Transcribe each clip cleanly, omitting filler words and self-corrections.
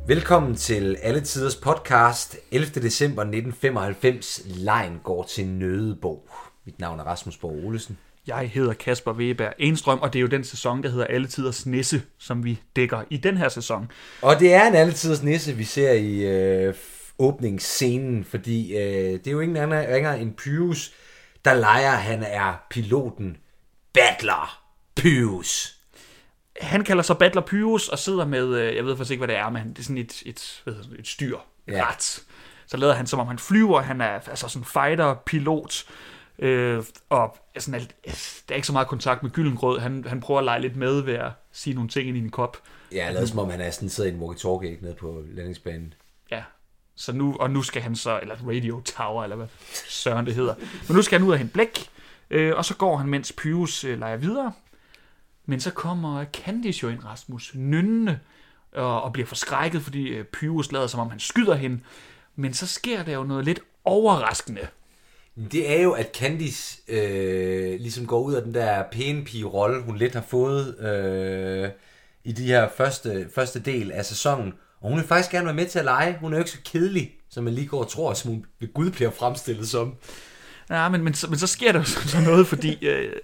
Velkommen til Alle Tiders podcast. 11. december 1995. Lejen går til Nødebo. Mit navn er Rasmus Borg Olesen. Jeg hedder Kasper Wegeberg Enstrøm, og det er jo den sæson, der hedder Alle Tiders Nisse, som vi dækker i den her sæson. Og det er en Alle Tiders Nisse, vi ser i åbningsscenen, fordi det er jo ingen anden ringer end Pyrus, der leger, han er piloten Battler Pyrus. Han kalder sig Battler Pyrus og sidder med, jeg ved faktisk ikke, hvad det er, men det er sådan et styr, ret. Så lader han, som om han flyver, han er altså sådan fighter-pilot, og sådan, der er ikke så meget kontakt med Gyllengrød. Han prøver at lege lidt med ved at sige nogle ting ind i en kop. Ja, lader som om han er sådan sidder i en walkie-talkie nede på landingsbanen. Ja, så nu skal han så, eller radio tower, eller hvad søren det hedder. Men nu skal han ud og hente blæk, og så går han, mens Pyrus leger videre. Men så kommer Candice jo ind, Rasmus, nynnende, og bliver forskrækket, fordi Pyrus lader, som om han skyder hende. Men så sker der jo noget lidt overraskende. Det er jo, at Candice ligesom går ud af den der pæne pige-rolle, hun lidt har fået i de her første del af sæsonen. Og hun vil faktisk gerne være med til at lege. Hun er jo ikke så kedelig, som man lige går og tror, som hun ved Gud bliver fremstillet som. Ja, men så sker der jo sådan noget, fordi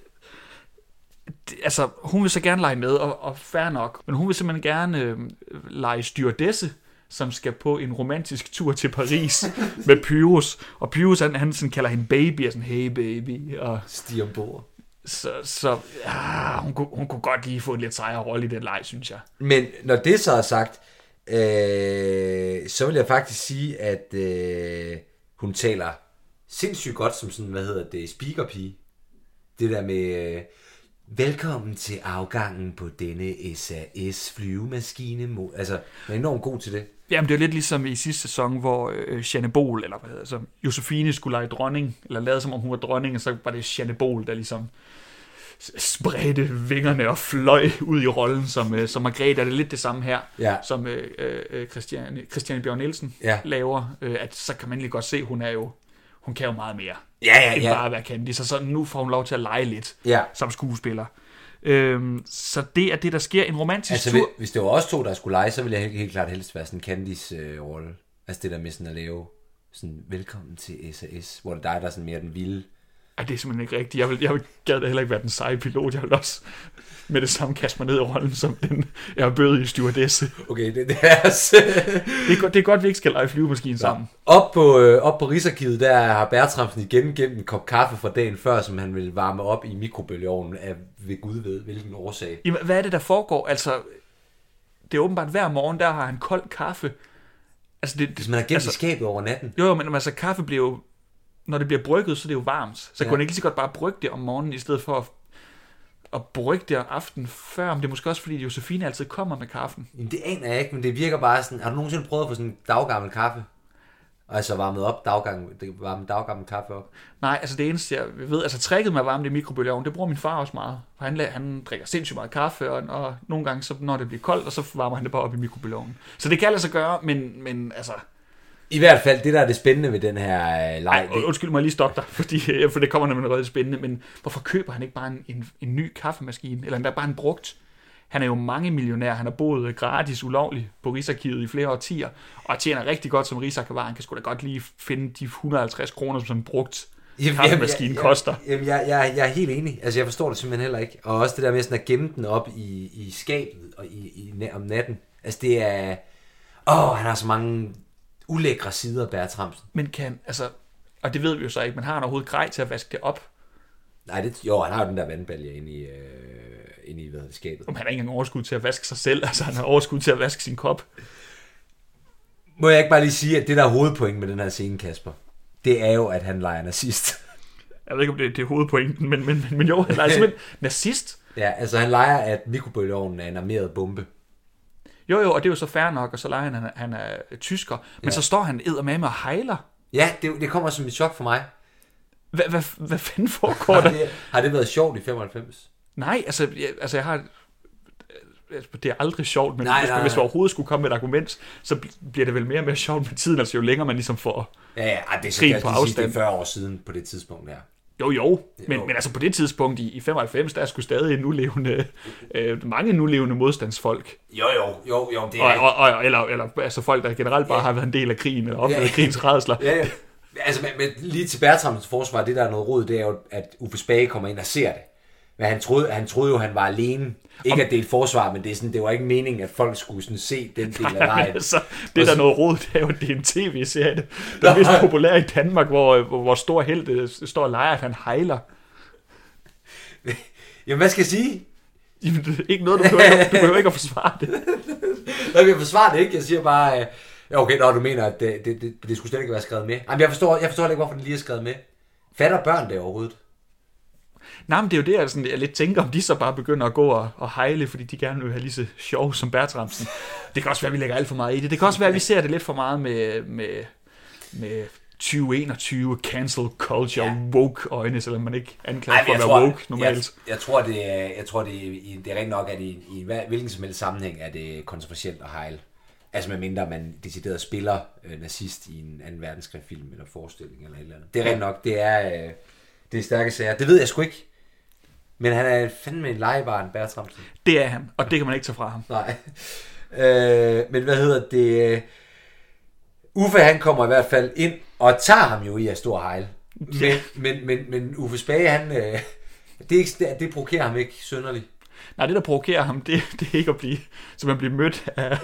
altså, hun vil så gerne lege med, og fair nok. Men hun vil simpelthen gerne lege stewardesse, som skal på en romantisk tur til Paris med Pyrus. Og Pyrus, han sådan kalder hende baby, og sådan, hey baby. Og stiger ombord. Så hun kunne godt lige få en lidt sejere rolle i den leg, synes jeg. Men når det så er sagt, så vil jeg faktisk sige, at hun taler sindssygt godt som sådan, speakerpige. Det der med, velkommen til afgangen på denne SAS flyvemaskine. Altså, hun er enormt god til det. Jamen, det er lidt ligesom i sidste sæson, hvor Jeanne Bol, eller hvad hedder det, så Josefine skulle lege dronning, eller lade som om hun var dronning, og så var det Jeanne Bol, der ligesom spredte vingerne og fløj ud i rollen, som Margrethe. Er det lidt det samme her, som Christiane Bjørn Nielsen laver, at så kan man lige godt se, hun kan jo meget mere end bare at være Candice, så nu får hun lov til at lege lidt som skuespiller. Så det er det, der sker. En romantisk tur. Hvis det var os to, der skulle lege, så ville jeg helt klart helst være sådan en Candice-rolle. Altså det der med sådan at lave sådan, velkommen til SAS, hvor det er dig, der er sådan mere den vilde. Ej, det er simpelthen ikke rigtigt. Jeg vil gad da heller ikke være den seje pilot. Jeg vil også med det samme kaste mig ned i rollen som den erbødige stewardesse. Okay, det er altså... det er godt, vi ikke skal lege flyvemaskinen sammen. Op på Rigsarkivet, der har Bertramsen igen gemt en kop kaffe fra dagen før, som han vil varme op i mikrobølgeovnen af ved Gud ved, hvilken årsag. Jamen, hvad er det, der foregår? Altså, det er åbenbart hver morgen, der har han kold kaffe. Altså, hvis man har gemt i skabet over natten. Jo, men altså, kaffe bliver jo... Når det bliver brygget, så er det jo varmt. Så kunne han ikke lige så godt bare brygge det om morgenen, i stedet for at brygge det om aftenen før. Men det er måske også, fordi Josefine altid kommer med kaffen. Jamen, det aner jeg ikke, men det virker bare sådan... Har du nogensinde prøvet at få sådan en daggammel kaffe? Altså varmet daggammel kaffe op? Nej, altså det eneste, jeg ved... Altså tricket med at varme det i mikrobølgeovnen, det bruger min far også meget. For han drikker sindssygt meget kaffe, og nogle gange, så, når det bliver koldt, og så varmer han det bare op i mikrobølgeovnen. Så det kan lade sig gøre, men altså... I hvert fald, det der er det spændende ved den her leg... Undskyld mig lige stoppe dig, for det kommer nemlig noget spændende, men hvorfor køber han ikke bare en ny kaffemaskine, eller endda bare en brugt? Han er jo mange millionær, han har boet gratis ulovligt på Rigsarkivet i flere årtier, og tjener rigtig godt som rigsarkivar. Han kan sgu da godt lige finde de 150 kroner, som sådan en brugt kaffemaskine koster. Jeg er helt enig, altså jeg forstår det simpelthen heller ikke, og også det der med sådan at gemme den op i skabet og om natten, altså det er... han har så mange... ulækre sider, Bertramsen. Men og det ved vi jo så ikke, men har han overhovedet grej til at vaske det op? Nej, han har jo den der vandbalje inde i skabet. Han har ikke engang overskud til at vaske sig selv, altså han har overskud til at vaske sin kop. Må jeg ikke bare lige sige, at det der er hovedpointen med den her scene, Kasper, det er jo, at han leger nazist. Jeg ved ikke, om det er hovedpointen, men jo, han leger simpelthen nazist. Ja, altså han leger, at mikrobølgeovnen er en armeret bombe. Jo, og det er jo så fair nok, og så leger han er tysker, men så står han eddermame og hejler. Ja, det kommer som et chok for mig. Hvad fanden foregår der? Har det været sjovt i 95? Nej, altså jeg har... Det er aldrig sjovt, men hvis vi overhovedet skulle komme med et argument, så bliver det vel mere og mere sjovt med tiden, altså jo længere man ligesom får det er på afstand. Det er 40 år siden på det tidspunkt der. Jo. Men altså på det tidspunkt i 95, der er sgu stadig mange nulevende modstandsfolk. Jo, det er eller altså folk, der generelt bare har været en del af krigen, eller oplevet krigens rædsler. Ja. Altså, men lige til Bertramsens forsvar, det der er noget rod, det er jo, at Uffe Spage kommer ind og ser det. Men han troede jo, han var alene. Ikke at det er et forsvar, men det var ikke meningen, at folk skulle sådan se den del af lejen. Altså, det der er noget rod, det er jo, det er en tv-serie. Der er vist populær i Danmark, hvor stor held står og leger, at han hejler. Jamen, hvad skal jeg sige? Jamen, ikke noget, du behøver ikke at forsvare det. Jeg forsvarer det ikke, jeg siger bare... Okay, du mener, at det skulle slet ikke være skrevet med. Jamen, jeg forstår heller ikke, hvorfor den lige er skrevet med. Fatter børn det overhovedet? Nej, men det er jo det, jeg lidt tænker, om de så bare begynder at gå og hejle, fordi de gerne vil have lige så sjov som Bertramsen. Det kan også være, at vi lægger alt for meget i det. Det kan også være, at vi ser det lidt for meget med 2021 cancel culture, woke øjne, selvom man ikke anklager for at være woke normalt. Jeg tror, det er rent nok, at i hvilken som helst sammenhæng er det kontroversielt at hejle. Altså med mindre man decideret spiller nazist i en 2. verdenskrigsfilm eller forestilling eller et eller andet. Det er rent nok, det er stærke sager. Det ved jeg sgu ikke. Men han er fandme en legebarn, Bertramsen. Det er han, og det kan man ikke tage fra ham. Nej. Men hvad hedder det? Uffe, han kommer i hvert fald ind og tager ham jo i at stå og hejle. Men Uffe Spage, det provokerer ham ikke synderligt. Nej, det der provokerer ham, det er ikke at blive mødt af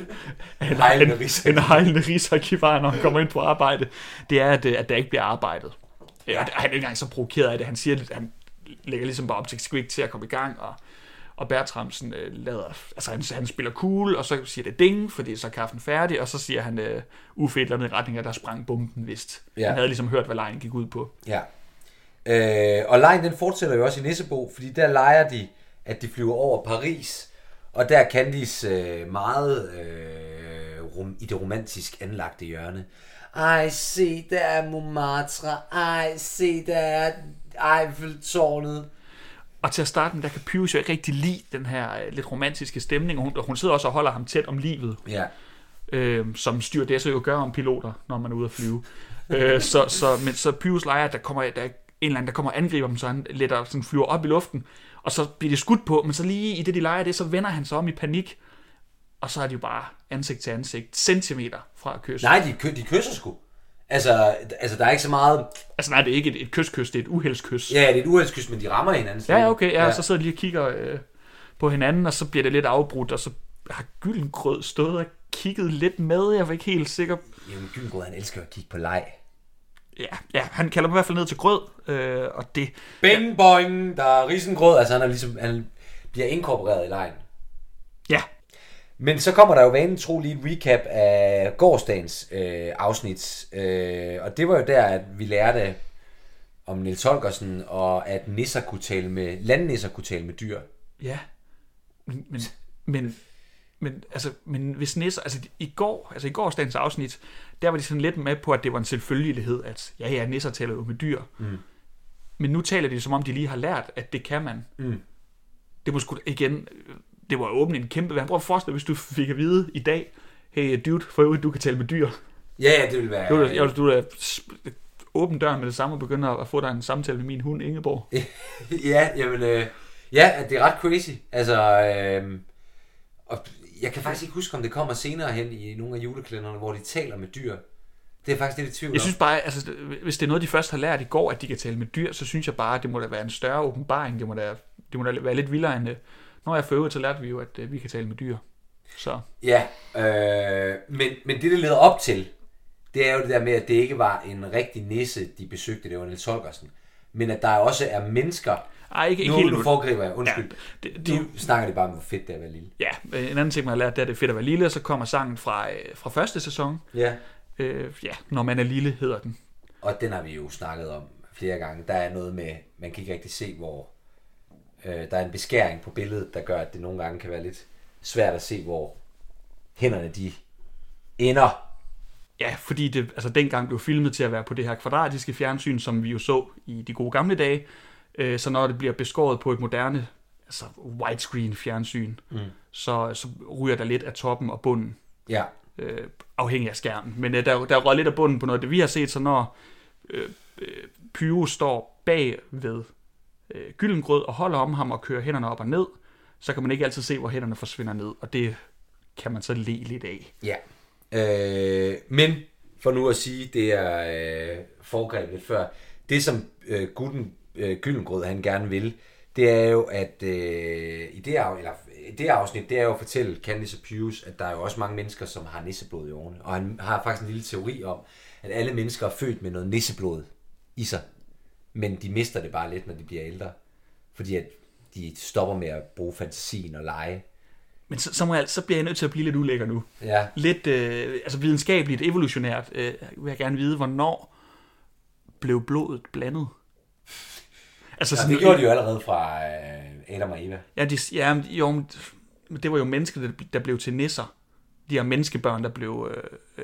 en hejlende rigsarkivar, når han kommer ind på arbejde. Det er, at der ikke bliver arbejdet. Ja. Han er ikke engang så provokeret af det. Han siger, at han lægger ligesom bare op til at komme i gang, og Bertramsen han spiller cool, og så siger det ding, fordi så er kaffen færdig, og så siger han Uffe et eller andet i retning af, der sprang bomben vist. Ja. Han havde ligesom hørt, hvad lejen gik ud på. Ja. Og lejen den fortsætter jo også i Nissebo, fordi der leger de, at de flyver over Paris, og der kan de meget i det romantisk anlagte hjørne. Ej, se, der er Montmartre. Ej, se, der er Eiffeltårnet. Og til at starte med, der kan Pyrus jo ikke rigtig lide den her lidt romantiske stemning, og hun sidder også og holder ham tæt om livet. Ja. Som stewardesser jo gør om piloter, når man er ude at flyve. Så Pyrus leger, at der kommer en eller anden, der kommer og angriber dem, så han sådan flyver op i luften, og så bliver det skudt på, men så lige i det, de leger det, så vender han sig om i panik, og så er de jo bare ansigt til ansigt, centimeter fra at kysse. Nej, de kysser sgu. Altså, der er ikke så meget... Altså nej, det er ikke et kyskys, det er et uheldskys. Ja, det er et uheldskys, men de rammer hinanden. Ja, okay, ja. Så sidder de lige og kigger på hinanden, og så bliver det lidt afbrudt, og så har Gyllengrød stået og kigget lidt med, jeg var ikke helt sikker. Jamen, Gyllengrød, han elsker at kigge på leg. Ja, han kalder mig i hvert fald ned til grød, og det... Bing boing, der er risengrød, altså han bliver inkorporeret i lejen. Ja. Men så kommer der jo vanen tro lige et recap af gårsdagens afsnit, og det var jo der, at vi lærte om Niels Holgersen, og at landnisser kunne tale med dyr. Ja, men hvis nisser, altså i gårsdagens afsnit, der var de sådan lidt med på, at det var en selvfølgelighed, at nisser taler jo med dyr. Mm. Men nu taler de som om, de lige har lært, at det kan man. Mm. Det må sgu igen, det var åbent en kæmpe vand. Prøv at forestille dig, hvis du fik at vide i dag, hey dude, for øvrigt, du kan tale med dyr. Ja, det vil være... Du vil åbne døren med det samme og begynde at få dig en samtale med min hund Ingeborg. Ja, jamen... det er ret crazy. Altså... og jeg kan faktisk ikke huske, om det kommer senere hen i nogle af julekalenderne, hvor de taler med dyr. Det er faktisk lidt i tvivl om. Jeg synes bare, altså, hvis det er noget, de først har lært i går, at de kan tale med dyr, så synes jeg bare, at det må da være en større åbenbaring. Det må da være lidt vildere end... Når jeg for øvrigt, så lærte vi jo, at vi kan tale med dyr. Så. Ja, men det leder op til, det er jo det der med, at det ikke var en rigtig nisse, de besøgte, det var Niels Holgersen. Men at der også er mennesker... Ej, ikke helt nu foregriber jeg, undskyld. Ja, nu snakker de bare om, hvor fedt det er at være lille. Ja, en anden ting, man har lært, det er, at det er fedt at være lille, og så kommer sangen fra første sæson. Ja. Når man er lille, hedder den. Og den har vi jo snakket om flere gange. Der er noget med, man kan ikke rigtig se, hvor... der er en beskæring på billedet, der gør, at det nogle gange kan være lidt svært at se, hvor hænderne de ender. Ja, fordi det dengang blev filmet til at være på det her kvadratiske fjernsyn, som vi jo så i de gode gamle dage. Så når det bliver beskåret på et moderne, widescreen fjernsyn, så ryger der lidt af toppen og bunden. Ja. Afhængig af skærmen. Men der røg lidt af bunden på noget, det vi har set, så når Pyro står bag ved Gyllengrød og holder om ham og kører hænderne op og ned, så kan man ikke altid se, hvor hænderne forsvinder ned, og det kan man så le lidt af. Ja, men for nu at sige, det er foregrebet lidt før, det som Gyllengrød han gerne vil, det er jo, at i det afsnit, det er jo at fortælle Candice og Pius, at der er jo også mange mennesker, som har nisseblod i årene. Og han har faktisk en lille teori om, at alle mennesker er født med noget nisseblod i sig. Men de mister det bare lidt, når de bliver ældre. Fordi at de stopper med at bruge fantasien og lege. Men så bliver jeg nødt til at blive lidt ulækker nu. Ja. Lidt videnskabeligt, evolutionært, vil jeg gerne vide, hvornår blev blodet blandet? Altså, det gjorde de jo allerede fra Adam og Eva. Det var jo mennesker, der blev til nisser. De her menneskebørn, der blev,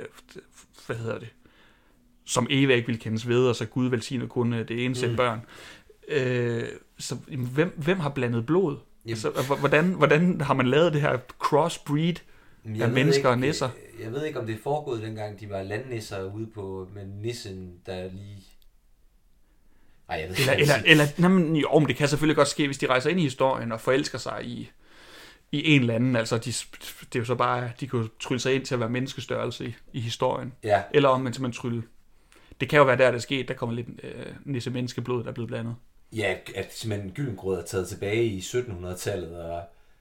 som Eva ikke ville kendes ved, og så Gud velsignede kun det ene sæt børn. Så hvem har blandet blod? Altså, hvordan har man lavet det her crossbreed af mennesker og nisser? Jeg ved ikke, om det er foregået dengang, de var landnisser ude på, med nissen, der lige... Ej, jeg ved ikke. Men det kan selvfølgelig godt ske, hvis de rejser ind i historien og forelsker sig i en eller anden. Altså, det er jo så bare, de kunne trylle sig ind til at være menneskestørrelse i historien. Ja. Eller om man simpelthen trylle. Det kan jo være der er sket. Der kommer lidt nisse-menneskeblod, der er blevet blandet. Ja, at simpelthen Gyllengrød er taget tilbage i 1700-tallet og...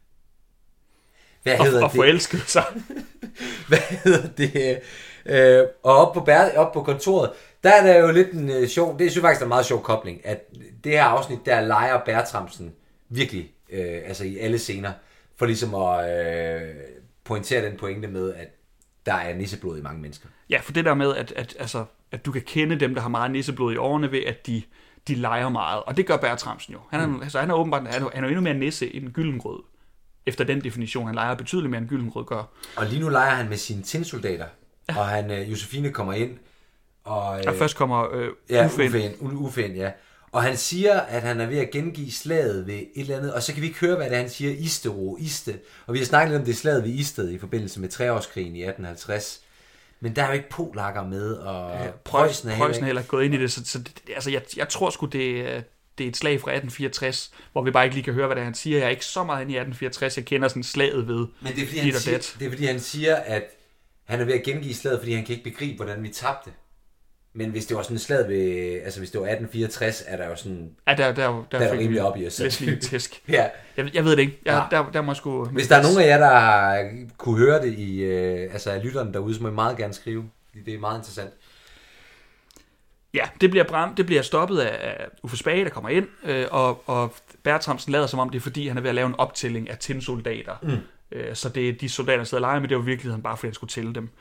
Og forelskede sig. Hvad hedder det? Og op på kontoret, der er der jo lidt en sjov... Det synes jeg faktisk er en meget sjov kobling, at det her afsnit, der leger Bertramsen virkelig, altså i alle scener, for ligesom at pointere den pointe med, at der er nisseblod i mange mennesker. Ja, for det der med, at du kan kende dem, der har meget nisseblod i årene, ved at de leger meget. Og det gør Bertramsen jo. Han er åbenbart han er endnu mere nisse end Gyllengrød. Efter den definition. Han leger betydeligt mere end Gyllengrød gør. Og lige nu leger han med sine tindsoldater. Ja. Og Josefine kommer ind. Og først kommer Uffe, ja. Og han siger, at han er ved at gengive slaget ved et eller andet. Og så kan vi ikke høre, hvad det er, han siger. Iste. Og vi har snakket lidt om det slaget ved Isted i forbindelse med treårskrigen i 1850. Men der er jo ikke polakker med, og Preussen er heller gået ind i det. Så jeg tror sgu, det er et slag fra 1864, hvor vi bare ikke lige kan høre, hvad det er, han siger. Jeg er ikke så meget inde i 1864, jeg kender sådan slaget ved. Men det er fordi, han siger, at han er ved at gengive slaget, fordi han kan ikke begribe, hvordan vi tabte. Men hvis det var sådan et slag ved, altså hvis det var 1864, er der jo sådan... Ja, der er rimelig op i os. Læslig tæsk. Ja. Jeg ved det ikke. Der må sgu... Hvis der er nogen af jer, der kunne høre det i, af lytterne derude, så må I meget gerne skrive. Det er meget interessant. Ja, det bliver stoppet af Uffe Spage, der kommer ind, og Bertramsen lader som om det er, fordi han er ved at lave en optælling af tindsoldater. Så det er de soldater, der sidder og leger, men det var i virkeligheden bare, fordi han skulle tælle dem.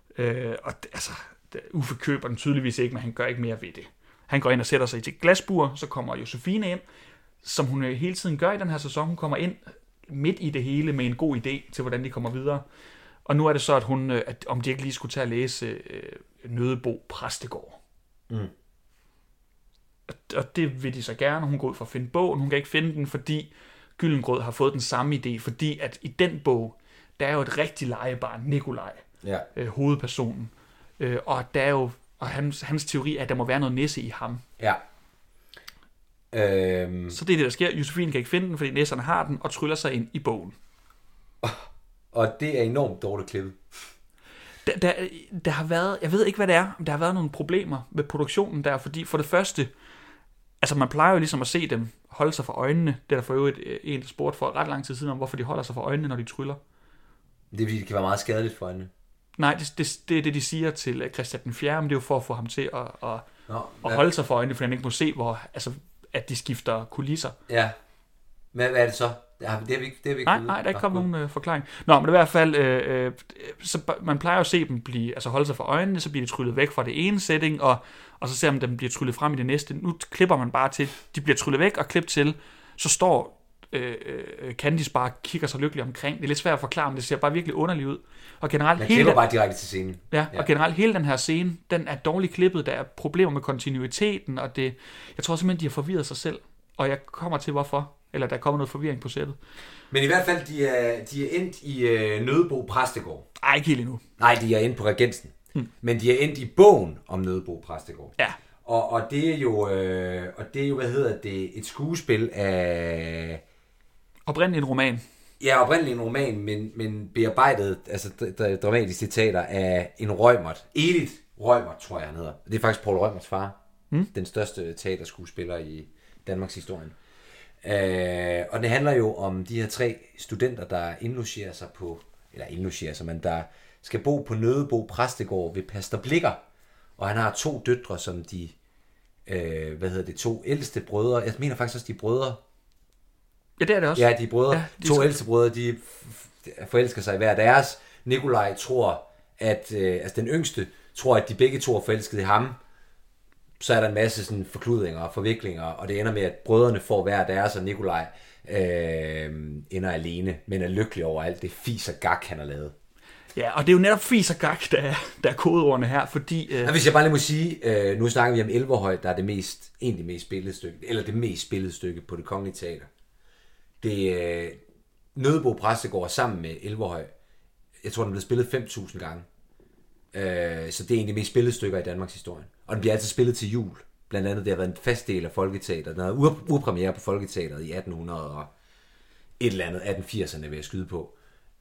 Uffe køber den tydeligvis ikke, men han gør ikke mere ved det. Han går ind og sætter sig i et glasbur, så kommer Josefine ind, som hun hele tiden gør i den her sæson. Hun kommer ind midt i det hele med en god idé til, hvordan de kommer videre. Og nu er det så, at om de ikke lige skulle tage at læse Nødebo Præstegård. Og det vil de så gerne. Hun går ud for at finde bogen. Hun kan ikke finde den, fordi Gyllengrød har fået den samme idé. Fordi at i den bog, der er jo et rigtigt legebarn, Nikolaj, hovedpersonen. Og der er jo, og hans teori er, at der må være noget nisse i ham. Ja. Så det er det, der sker. Josefine kan ikke finde den, fordi nisserne har den, og tryller sig ind i bogen. Og det er enormt dårligt klippet. Der har været, jeg ved ikke, hvad det er, men der har været nogle problemer med produktionen der, fordi for det første, altså man plejer jo ligesom at se dem holde sig for øjnene. Det er der for øvrigt en, der spurgte for ret lang tid siden om, hvorfor de holder sig for øjnene, når de tryller. Det er fordi, det kan være meget skadeligt for øjnene. Nej, det er det, de siger til Christian den 4., men det er jo for at få ham til at holde sig for øjnene, fordi han ikke må se, at de skifter kulisser. Ja. Hvad er det så? Det har vi ikke nej, der er ikke kommet nogen forklaring. Nå, men i hvert fald, så man plejer at se dem holde sig for øjnene, så bliver de tryllet væk fra det ene setting, og så ser man dem bliver tryllet frem i det næste. Nu klipper man bare til, de bliver tryllet væk og klip til, så står Candice bare kigger sig lykkelig omkring. Det er lidt svært at forklare, men det ser bare virkelig underligt ud. Og generelt man klipper bare direkte til scenen. Ja, og generelt hele den her scene, den er dårligt klippet, der er problemer med kontinuiteten, og jeg tror simpelthen, de har forvirret sig selv. Og jeg kommer til, hvorfor. Eller der kommer noget forvirring på sættet. Men i hvert fald, de er endt i Nødebo Præstegård. Ej, ikke helt endnu. Nej, de er endt på Regensen. Men de er endt i bogen om Nødebo Præstegård. Ja. Og det er jo, et skuespil af... Oprindeligt en roman. Ja, oprindeligt en roman, men bearbejdet, altså dramatiske citater af en Reumert. Edith Reumert, tror jeg, han hedder. Det er faktisk Poul Reumerts far. Den største teaterskuespiller i Danmarks historie. Og det handler jo om de her 3 studenter, der indlogerer sig, men der skal bo på Nødebo Præstegård ved Pastor Blikker. Og han har 2 døtre, som de, 2 ældste brødre. Jeg mener faktisk også, de er brødre. Ja, det er det også. Ja, de er brødre. Ja, 2 ældste brødre, de forelsker sig i hver deres. Nikolaj tror, at den yngste tror, at de begge 2 er forelskede i ham. Så er der en masse sådan forkludringer og forviklinger, og det ender med, at brødrene får hver deres, og Nikolaj ender alene, men er lykkelig over alt det fis og gak, han har lavet. Ja, og det er jo netop fis og gak, der er kodeordene her, fordi... Hvis jeg bare lige må sige, nu snakker vi om Elverhøj, der er det mest spillede stykke på Det Kongelige Teater. Det Nødebo Præstegård sammen med Elverhøj. Jeg tror, den er blevet spillet 5.000 gange. Så det er en af de mest spillede stykker i Danmarks historie. Og den bliver altid spillet til jul. Blandt andet, det har været en fast del af Folketeateret. Den havde urpremiere på Folketeateret i 1800 og et eller andet, 1880'erne vil jeg skyde på.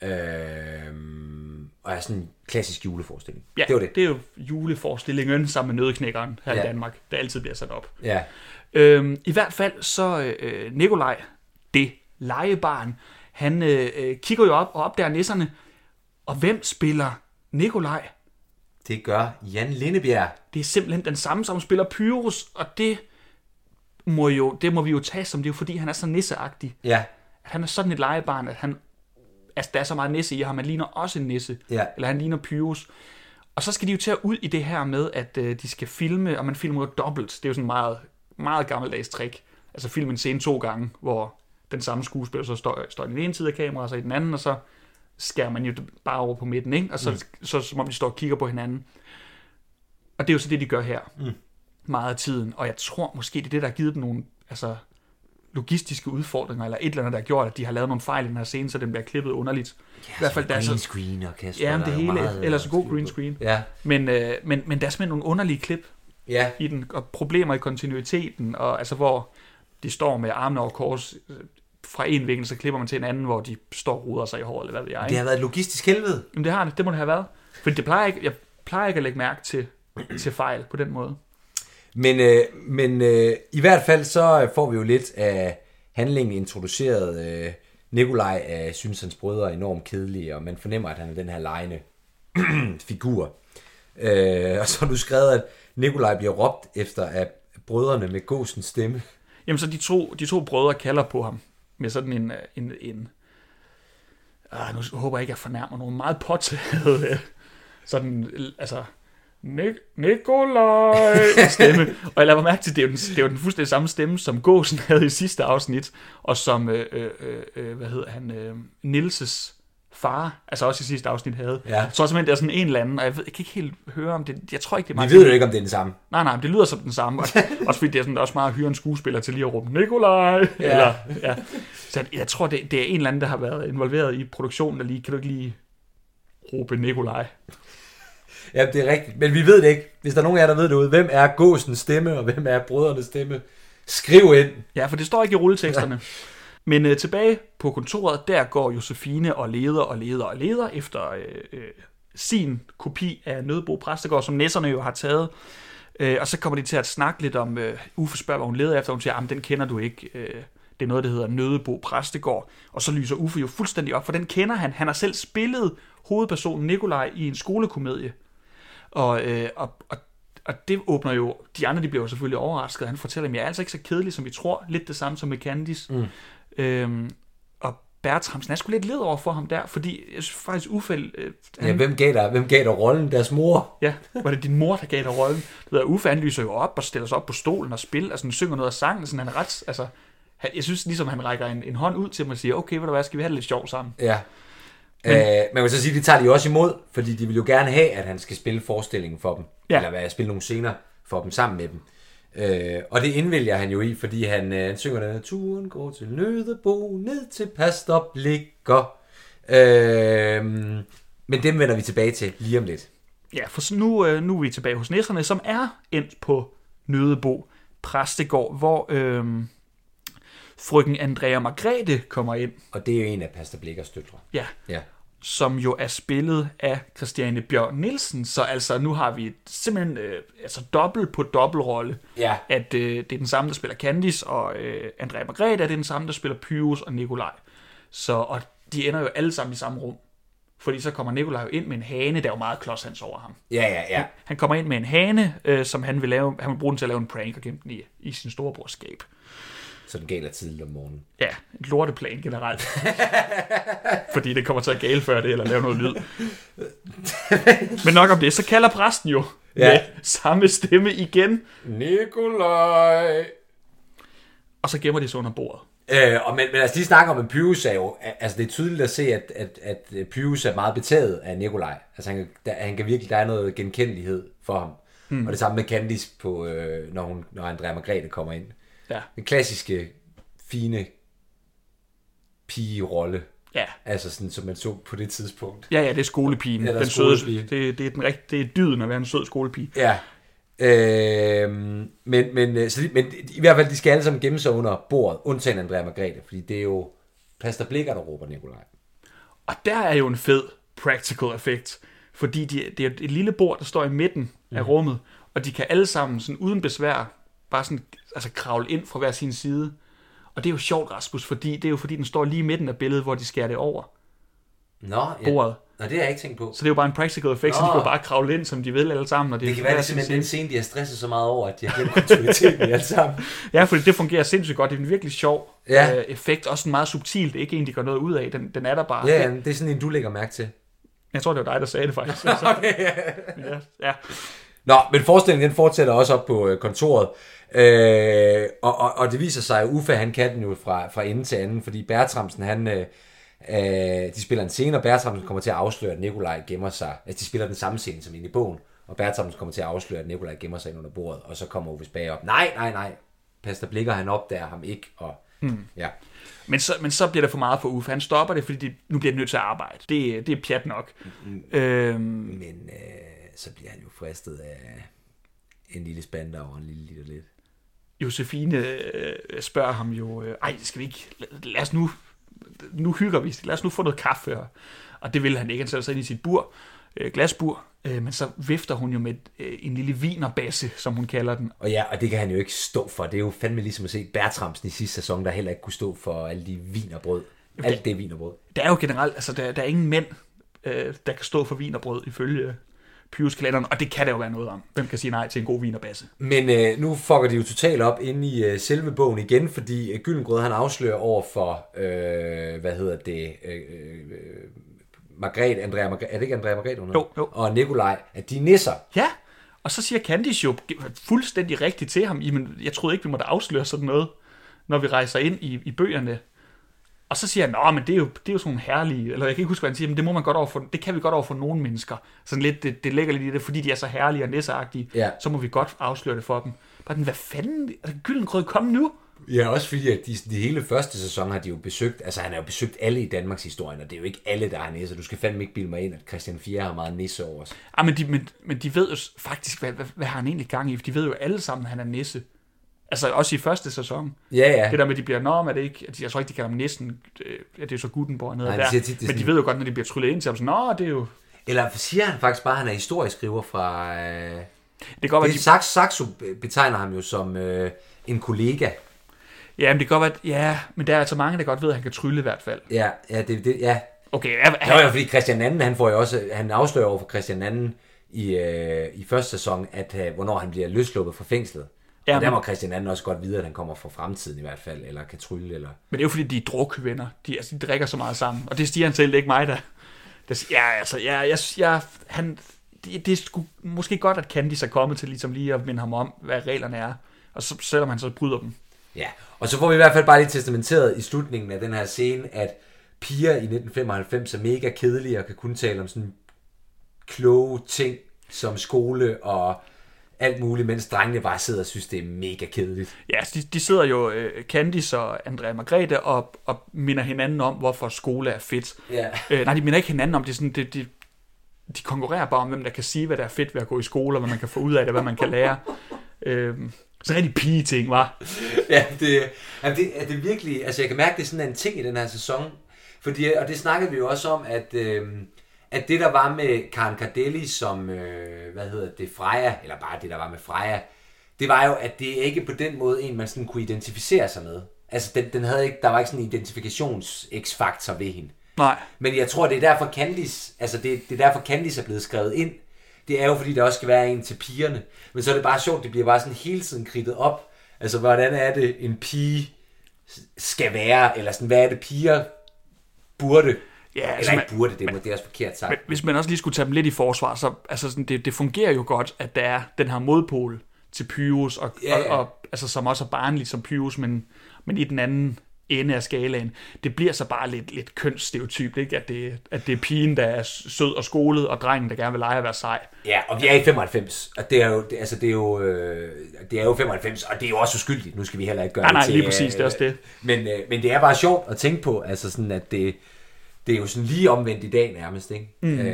Og er sådan en klassisk juleforestilling. Ja, det er jo juleforestillingen sammen med Nøddeknækkeren her i Danmark, der altid bliver sat op. Ja. I hvert fald så Nikolaj, det legebarn, han kigger jo op og opdager nisserne. Og hvem spiller Nikolaj? Det gør Jan Lindebjerg. Det er simpelthen den samme, som spiller Pyrus, og det må vi jo tage som, det er jo fordi, han er så nisseagtig. Ja. At han er sådan et legebarn, at der er så meget nisse i ham, han ligner også en nisse. Ja. Eller han ligner Pyrus. Og så skal de jo til at ud i det her med, at de skal filme, og man filmer jo dobbelt. Det er jo sådan en meget, meget gammeldags trick. Altså filme en scene 2 gange, hvor den samme skuespiller så står i den ene side af kameraet, og så i den anden, og så skærer man jo bare over på midten, ikke? Og så som om de står og kigger på hinanden. Og det er jo så det, de gør her. Meget af tiden. Og jeg tror måske, det er det, der har givet dem nogle logistiske udfordringer, eller et eller andet, der har gjort, at de har lavet nogle fejl i den her scene, så den bliver klippet underligt. Ja, i hvert fald green screen og Kasper. Ja, det hele. Ellers god green screen. Ja. Men der er simpelthen nogle underlige klip i den, og problemer i kontinuiteten, og altså hvor de står med armene over kors fra en vinkel, så klipper man til en anden, hvor de står og ruder sig i håret, eller hvad ved jeg. Det har været et logistisk helvede. Jamen det må det have været. For jeg plejer ikke at lægge mærke til fejl på den måde. Men i hvert fald så får vi jo lidt af handlingen introduceret. Nikolaj synes hans brødre er enormt kedelige, og man fornemmer, at han er den her legende figur. Og så har du skrevet, at Nikolaj bliver råbt efter af brødrene med gåsens stemme. Jamen så de to brødre kalder på ham med sådan nu håber jeg ikke, jeg fornærmer nogen meget påtaget sådan, altså Nikolaj stemme. Og jeg lader mig mærke til, det er jo den fuldstændig samme stemme, som gåsen havde i sidste afsnit, og som, Nilses far, altså også i sidste afsnit havde. Ja. Jeg tror simpelthen, det er sådan en eller anden, og jeg kan ikke helt høre om det. Jeg tror ikke, det er meget... Vi ved jo ikke, om det er den samme. Nej, det lyder som den samme. Også fordi det er sådan, også meget at hyre en skuespiller til lige at råbe Nikolaj. Ja. Så jeg tror, det er en eller anden, der har været involveret i produktionen, der lige, kan du ikke lige råbe Nikolaj? Ja, det er rigtigt. Men vi ved det ikke. Hvis der er nogen af jer, der ved det ud, hvem er gåsens stemme, og hvem er brødrenes stemme? Skriv ind. Ja, for det står ikke i rulleteksterne. Ja. Men tilbage på kontoret, der går Josefine og leder efter sin kopi af Nødebo Præstegård, som nisserne jo har taget. Og så kommer de til at snakke lidt om, Uffe spørger, hvad hun leder efter, og hun siger, den kender du ikke. Det er noget, der hedder Nødebo Præstegård. Og så lyser Uffe jo fuldstændig op, for den kender han. Han har selv spillet hovedpersonen Nikolaj i en skolekomedie. Og det åbner jo... De andre, de bliver jo selvfølgelig overrasket. Han fortæller dem, jeg er altså ikke så kedelig, som vi tror. Lidt det samme som med Candice. Og Bertramsen er sgu lidt led over for ham der, fordi jeg synes faktisk Uffe... hvem gav dig rollen? Deres mor? Ja, var det din mor, der gav dig rollen? Uffe, han lyser jo op og stiller sig op på stolen og spiller, altså synger noget af sangen, sådan han er ret... Altså, jeg synes ligesom, han rækker en hånd ud til mig og siger, okay, ved du hvad, skal vi have det lidt sjovt sammen? Ja. Man kan så sige, det tager de jo også imod, fordi de vil jo gerne have, at han skal spille forestillingen for dem. Ja. Eller spille nogle scener for dem sammen med dem. Og det indvælger han jo i, fordi han synger den her, turen går til Nødebo, ned til Pastor Blikker. Men dem vender vi tilbage til lige om lidt. Ja, for nu er vi tilbage hos nisserne, som er endt på Nødebo præstegård, hvor frøken Andrea Margrethe kommer ind. Og det er jo en af Pastor Blikkers døtre. Ja. Ja. Som jo er spillet af Christiane Bjørn Nielsen. Så altså, nu har vi simpelthen dobbelt på dobbeltrolle. Ja. At det er den samme, der spiller Candice, og Andrea Margrethe er den samme, der spiller Pyrus og Nikolaj. Og de ender jo alle sammen i samme rum. Fordi så kommer Nikolaj jo ind med en hane, der er jo meget klodshands over ham. Ja. Han kommer ind med en hane, som han vil bruge den til at lave en prank og gemme den i sin storebrors skab. Så den gælder tidligt om morgenen. Ja, en lorteplan generelt. Fordi det kommer til at gale før det, eller lave noget lyd. Men nok om det, så kalder præsten jo med samme stemme igen. Nikolaj. Og så gemmer de sig under bordet. Men altså, de snakker om, at Pyrus er jo... Altså, det er tydeligt at se, at Pyrus er meget betaget af Nikolaj. Altså, han kan virkelig... Der er noget genkendelighed for ham. Og det samme med Candice, når Andrea Margrethe kommer ind. Ja. Den klassiske, fine pigerolle. Ja. Altså sådan, som man så på det tidspunkt. Ja, det er skolepigen. Ja, den søde. Det er dyden at være en sød skolepige. Ja. Men i hvert fald, de skal alle sammen gemme sig under bordet, undtagen Andrea Margrethe, fordi det er jo Pastor Blikker, der råber Nikolaj. Og der er jo en fed practical effect, fordi det er et lille bord, der står i midten af rummet, og de kan alle sammen sådan uden besvær bare sådan kravle ind fra hver sin side. Og det er jo sjovt, Rasmus, fordi den står lige i midten af billedet, hvor de skærer det over bordet. Nå, det har jeg ikke tænkt på. Så det er jo bare en practical effect, så de kan bare kravle ind, som de vil alle sammen. Og det kan være, det simpelthen den scene, de har stresset så meget over, at de har glemt kontinuiteten i alle sammen. Ja, fordi det fungerer sindssygt godt. Det er en virkelig sjov effekt. Også en meget subtil. Det er ikke en, de gør noget ud af. Den er der bare. Ja, det er sådan en, du lægger mærke til. Jeg tror, det var dig, der sagde det faktisk. Okay. Ja. Nå, men forestillingen den fortsætter også op på kontoret. Og det viser sig, at Uffe, han kan den jo fra ende til anden, fordi Bertramsen, de spiller en scene, og Bertramsen kommer til at afsløre, at Nikolaj gemmer sig. Altså, de spiller den samme scene som inde i bogen, og Bertramsen kommer til at afsløre, at Nikolaj gemmer sig ind under bordet, og så kommer Uffes bag op. Nej. Pastor Blikker, han opdager ham ikke, og ja. Men så bliver det for meget for Uffe. Han stopper det, fordi nu bliver han nødt til at arbejde. Det er pjat nok. Men så bliver han jo fristet af en lille spand over en lille lidt. Josefine spørger ham jo, skal vi ikke, lad os nu hygger vi, lad os nu få noget kaffe. Og det vil han ikke, han sætter sig ind i sit bur, glasbur, men så vifter hun jo med en lille vinerbasse, som hun kalder den. Og det kan han jo ikke stå for. Det er jo fandme ligesom at se Bertramsen i sidste sæson, der heller ikke kunne stå for alle de vinerbrød. Alt det vinerbrød. Der er jo generelt, altså der er ingen mænd, der kan stå for vinerbrød ifølge Pyrus-kalenderen, og det kan der jo være noget om. Hvem kan sige nej til en god vinerbasse? Men nu fucker de jo totalt op inde i selve bogen igen, fordi Gyllengrød, han afslører over for, Margrethe, er det ikke Andrea Margrethe? Jo. Og Nikolaj, at de er nisser. Ja, og så siger Candice jo fuldstændig rigtigt til ham, jamen, jeg troede ikke, vi måtte afsløre sådan noget, når vi rejser ind i bøgerne. Og så siger han, men det er jo sådan herlige, eller jeg kan ikke huske, hvad han siger, men det må man godt det kan vi godt over for nogle mennesker. Sådan lidt, det ligger lidt i det, fordi de er så herlige og nisseagtige, så må vi godt afsløre det for dem. Bare hvad fanden, Gyllengrød, kom nu! Ja, også fordi, at de hele første sæson har de jo besøgt, altså han har jo besøgt alle i Danmarks historien, og det er jo ikke alle, der har nisser. Du skal fandme ikke bilde mig ind, at Christian 4 har meget nisse over os. Men de ved jo faktisk, hvad har han egentlig gang i, for de ved jo alle sammen, at han er nisse. Altså også i første sæson. Ja. Det der med, de bliver, er det ikke, jeg tror ikke, de kalder ham næsten, det er så Gutenborg nede der. Tit, men de ved jo godt, når de bliver tryllet ind til ham, sådan, det er jo... Eller siger han faktisk bare, at han er historieskriver fra... Det kan godt være, Saxo betegner ham jo som en kollega. Ja, men det kan godt være, men der er altså mange, der godt ved, at han kan trylle i hvert fald. Ja. Okay. Fordi Christian II, han afslører over for Christian II i første sæson, at hvornår han bliver løsluppet fra fængslet. Ja, og der må Christian II også godt vide, at han kommer fra fremtiden i hvert fald, eller kan trylle. Eller... Men det er jo fordi, de er drukvenner. De drikker så meget sammen. Og det siger han selv, det er ikke mig, der... Det er sgu måske godt, at Candice er kommet til ligesom lige at minde ham om, hvad reglerne er. Og så, selvom han så bryder dem. Ja, og så får vi i hvert fald bare lige testamenteret i slutningen af den her scene, at piger i 1995 er mega kedelige og kan kun tale om sådan kloge ting som skole og alt muligt, mens drengene bare sidder og synes, det er mega kedeligt. Ja, de sidder jo, Candice og Andrea Margrethe, og minder hinanden om, hvorfor skole er fedt. Ja. Nej, de minder ikke hinanden om, det er sådan, de konkurrerer bare om, hvem der kan sige, hvad der er fedt ved at gå i skole, og hvad man kan få ud af det, hvad man kan lære. Så rigtig pige-ting, var. Ja, det er virkelig, altså jeg kan mærke, det er sådan en ting i den her sæson, fordi, og det snakkede vi jo også om, at det der var med Karen Cardelli som, Freja, eller bare det der var med Freja, det var jo, at det ikke på den måde en, man sådan kunne identificere sig med. Altså den havde ikke, der var ikke sådan en identifikations-x-faktor ved hende. Nej. Men jeg tror, det er derfor Candice, altså det er derfor Candice er blevet skrevet ind. Det er jo fordi, der også skal være en til pigerne. Men så er det bare sjovt, det bliver bare sådan hele tiden kridtet op. Altså, hvordan er det, en pige skal være? Eller sådan, hvad er det, piger burde? Ja, altså, eller ikke burde, det er også forkert sagt. Men hvis man også lige skulle tage dem lidt i forsvar, så altså sådan, det fungerer jo godt, at der er den her modpol til Pyrus, og altså, som også er barnlig som Pyrus, men i den anden ende af skalaen. Det bliver så bare lidt kønsstereotypt, ikke? At det er pigen, der er sød og skolet, og drengen, der gerne vil lege at være sej. Ja, og vi er i 95, og det er jo 95, og det er jo også uskyldigt. Nu skal vi heller ikke gøre det til... Nej, lige præcis, det er også det. Men det er bare sjovt at tænke på, altså sådan, at det er jo sådan lige omvendt i dag nærmest, ikke?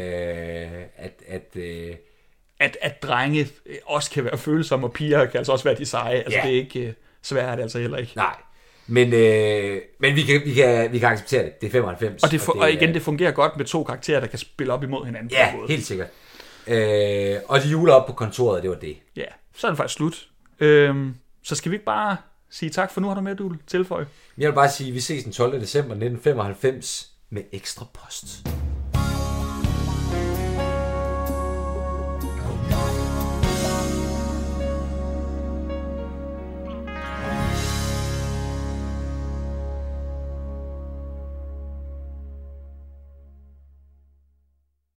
At drenge også kan være følsomme, og piger kan altså også være de seje. Altså, det er ikke svært, er det altså heller ikke. Nej. Men vi kan acceptere det. Det er 95. Og igen, det fungerer godt med to karakterer, der kan spille op imod hinanden. Ja, helt sikkert. Og de juler op på kontoret, det var det. Ja, så er det faktisk slut. Så skal vi ikke bare sige tak for nu? Har du med, du tilføje? Jeg vil bare sige, at vi ses den 12. december 1995 med Ekstra Post.